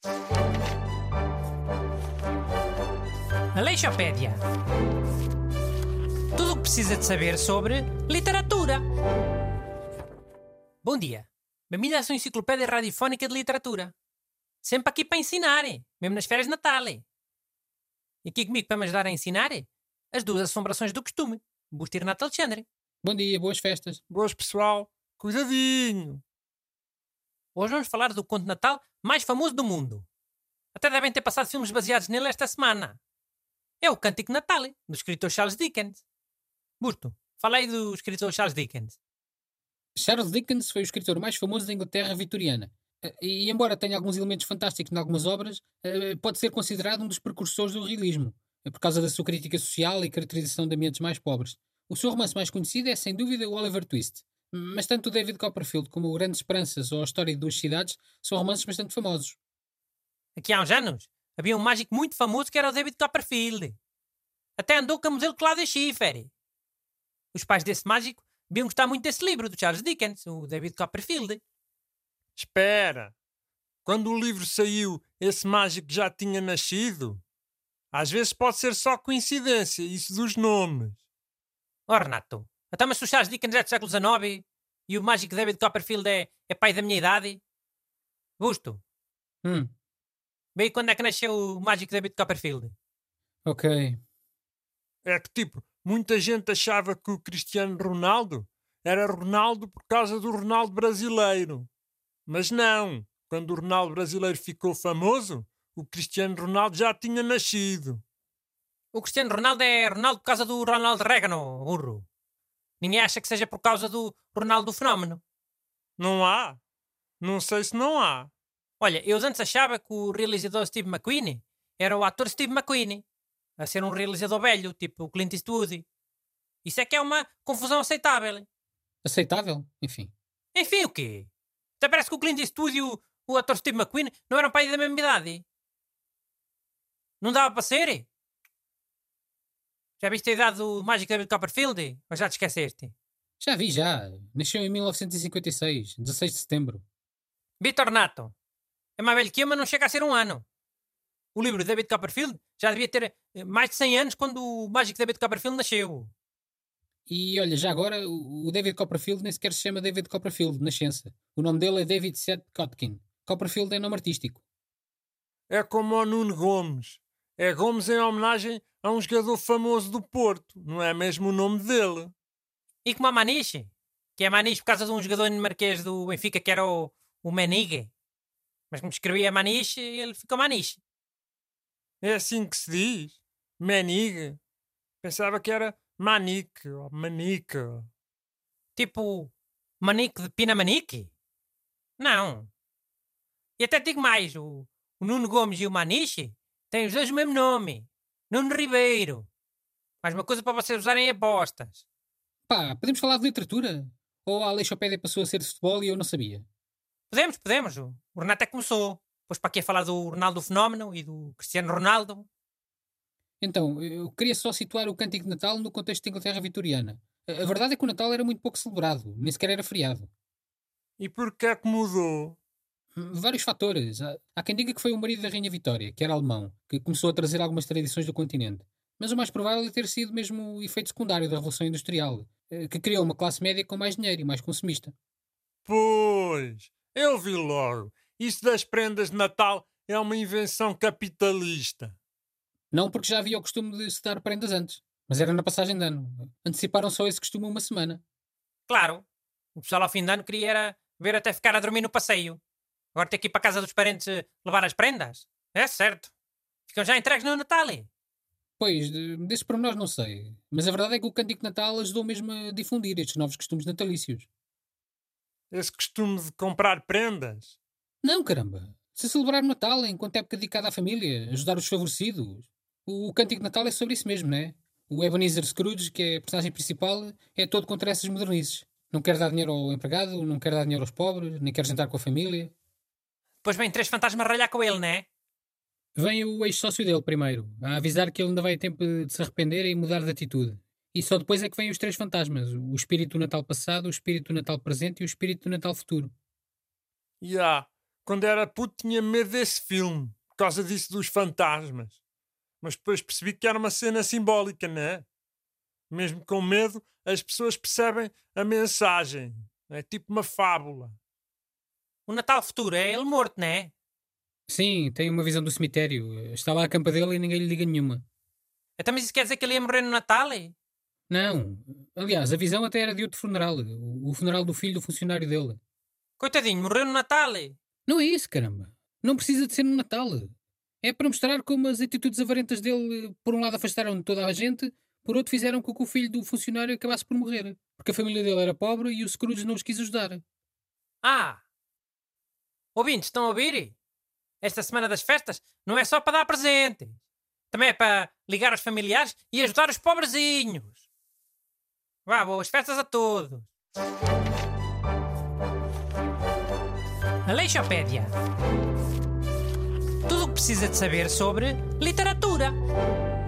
Aleixopédia. Tudo o que precisa de saber sobre literatura. Bom dia. Bem-vindo à sua enciclopédia radiofónica de literatura. Sempre aqui para ensinar, mesmo nas férias de Natal. E aqui comigo para me ajudar a ensinar as duas assombrações do costume. Busto e Renato Alexandre. Bom dia, boas festas. Boas, pessoal. Cuidadinho. Hoje vamos falar do conto de Natal mais famoso do mundo. Até devem ter passado filmes baseados nele esta semana. É o Cântico de Natal, do escritor Charles Dickens. Busto, fala aí do escritor Charles Dickens. Charles Dickens foi o escritor mais famoso da Inglaterra vitoriana. E, embora tenha alguns elementos fantásticos em algumas obras, pode ser considerado um dos precursores do realismo, por causa da sua crítica social e caracterização de ambientes mais pobres. O seu romance mais conhecido é, sem dúvida, o Oliver Twist. Mas tanto o David Copperfield como o Grandes Esperanças ou a História de Duas Cidades são romances bastante famosos. Aqui há uns anos, havia um mágico muito famoso que era o David Copperfield. Até andou com a modelo Cláudia Schiffer. Os pais desse mágico deviam gostar muito desse livro do Charles Dickens, o David Copperfield. Espera. Quando o livro saiu, esse mágico já tinha nascido? Às vezes pode ser só coincidência, isso dos nomes. Oh, Renato, até mas se o Charles Dickens é do século XIX e o mágico David Copperfield é pai da minha idade. Busto, bem quando é que nasceu o mágico David Copperfield? Ok. É que, muita gente achava que o Cristiano Ronaldo era Ronaldo por causa do Ronaldo brasileiro. Mas não. Quando o Ronaldo brasileiro ficou famoso, o Cristiano Ronaldo já tinha nascido. O Cristiano Ronaldo é Ronaldo por causa do Ronald Reagan, oh, burro. Ninguém acha que seja por causa do Ronaldo Fenómeno. Não há? Não sei se não há. Olha, eu antes achava que o realizador Steve McQueen era o ator Steve McQueen, a ser um realizador velho, tipo o Clint Eastwood. Isso é que é uma confusão aceitável. Aceitável? Enfim. Enfim, o quê? Até parece que o Clint Eastwood e o ator Steve McQueen não eram pai da mesma idade. Não dava para ser? Já viste a idade do mágico David Copperfield? Ou já te esqueceste? Já vi, já. Nasceu em 1956, 16 de setembro. Vitor Nato. É mais velho que eu, mas não chega a ser um ano. O livro de David Copperfield já devia ter mais de 100 anos quando o mágico David Copperfield nasceu. E olha, já agora, o David Copperfield nem sequer se chama David Copperfield, nascença. O nome dele é David Seth Kotkin. Copperfield é nome artístico. É como o Nuno Gomes. É Gomes em homenagem a um jogador famoso do Porto. Não é mesmo o nome dele. E como a Maniche, que é Maniche por causa de um jogador dinamarquês do Benfica que era o Menige. Mas como escrevia Maniche, ele ficou Maniche. É assim que se diz? Menig? Pensava que era Manique ou Manique. Tipo, Manique de Pina Manique? Não. E até digo mais, o Nuno Gomes e o Maniche têm os dois o mesmo nome. Nuno Ribeiro. Mais uma coisa para vocês usarem em apostas. Pá, podemos falar de literatura? Ou a Aleixopédia passou a ser de futebol e eu não sabia? Podemos. O Renato é que começou. Depois para aqui a falar do Ronaldo Fenómeno e do Cristiano Ronaldo. Então, eu queria só situar o Cântico de Natal no contexto da Inglaterra vitoriana. A verdade é que o Natal era muito pouco celebrado, nem sequer era feriado. E porquê é que mudou? Vários fatores. Há quem diga que foi o marido da Rainha Vitória, que era alemão, que começou a trazer algumas tradições do continente. Mas o mais provável é ter sido mesmo o efeito secundário da Revolução Industrial, que criou uma classe média com mais dinheiro e mais consumista. Pois, eu vi logo. Isso das prendas de Natal é uma invenção capitalista. Não porque já havia o costume de se dar prendas antes, mas era na passagem de ano. Anteciparam só esse costume uma semana. Claro. O pessoal ao fim de ano queria era ver até ficar a dormir no passeio. Agora ter que ir para a casa dos parentes levar as prendas? É certo. Ficam já entregues no Natal. Pois, desses pormenores não sei. Mas a verdade é que o Cântico de Natal ajudou mesmo a difundir estes novos costumes natalícios. Esse costume de comprar prendas. Não, caramba. Se celebrar o Natal enquanto época dedicada à família, ajudar os desfavorecidos. O Cântico de Natal é sobre isso mesmo, não é? O Ebenezer Scrooge, que é a personagem principal, é todo contra essas modernices. Não quer dar dinheiro ao empregado, não quer dar dinheiro aos pobres, nem quer jantar com a família. Depois vem três fantasmas ralhar com ele, não é? Vem o ex-sócio dele primeiro, a avisar que ele ainda vai a tempo de se arrepender e mudar de atitude. E só depois é que vêm os três fantasmas: o espírito do Natal passado, o espírito do Natal presente e o espírito do Natal futuro. E há. Quando era puto tinha medo desse filme, por causa disso dos fantasmas. Mas depois percebi que era uma cena simbólica, não é? Mesmo com medo, as pessoas percebem a mensagem. É tipo uma fábula. O Natal futuro é ele morto, não é? Sim, tem uma visão do cemitério. Está lá a campa dele e ninguém lhe liga nenhuma. Então, mas isso quer dizer que ele ia morrer no Natal? É? Não. Aliás, a visão até era de outro funeral. O funeral do filho do funcionário dele. Coitadinho, morreu no Natal? É? Não é isso, caramba. Não precisa de ser no Natal. É para mostrar como as atitudes avarentas dele, por um lado, afastaram toda a gente, por outro, fizeram com que o filho do funcionário acabasse por morrer. Porque a família dele era pobre e o Scrooge não os quis ajudar. Ah! Ouvintes, estão a ouvir? Esta semana das festas não é só para dar presentes. Também é para ligar aos familiares e ajudar os pobrezinhos. Vá, boas festas a todos. Aleixopédia. Tudo o que precisa de saber sobre literatura.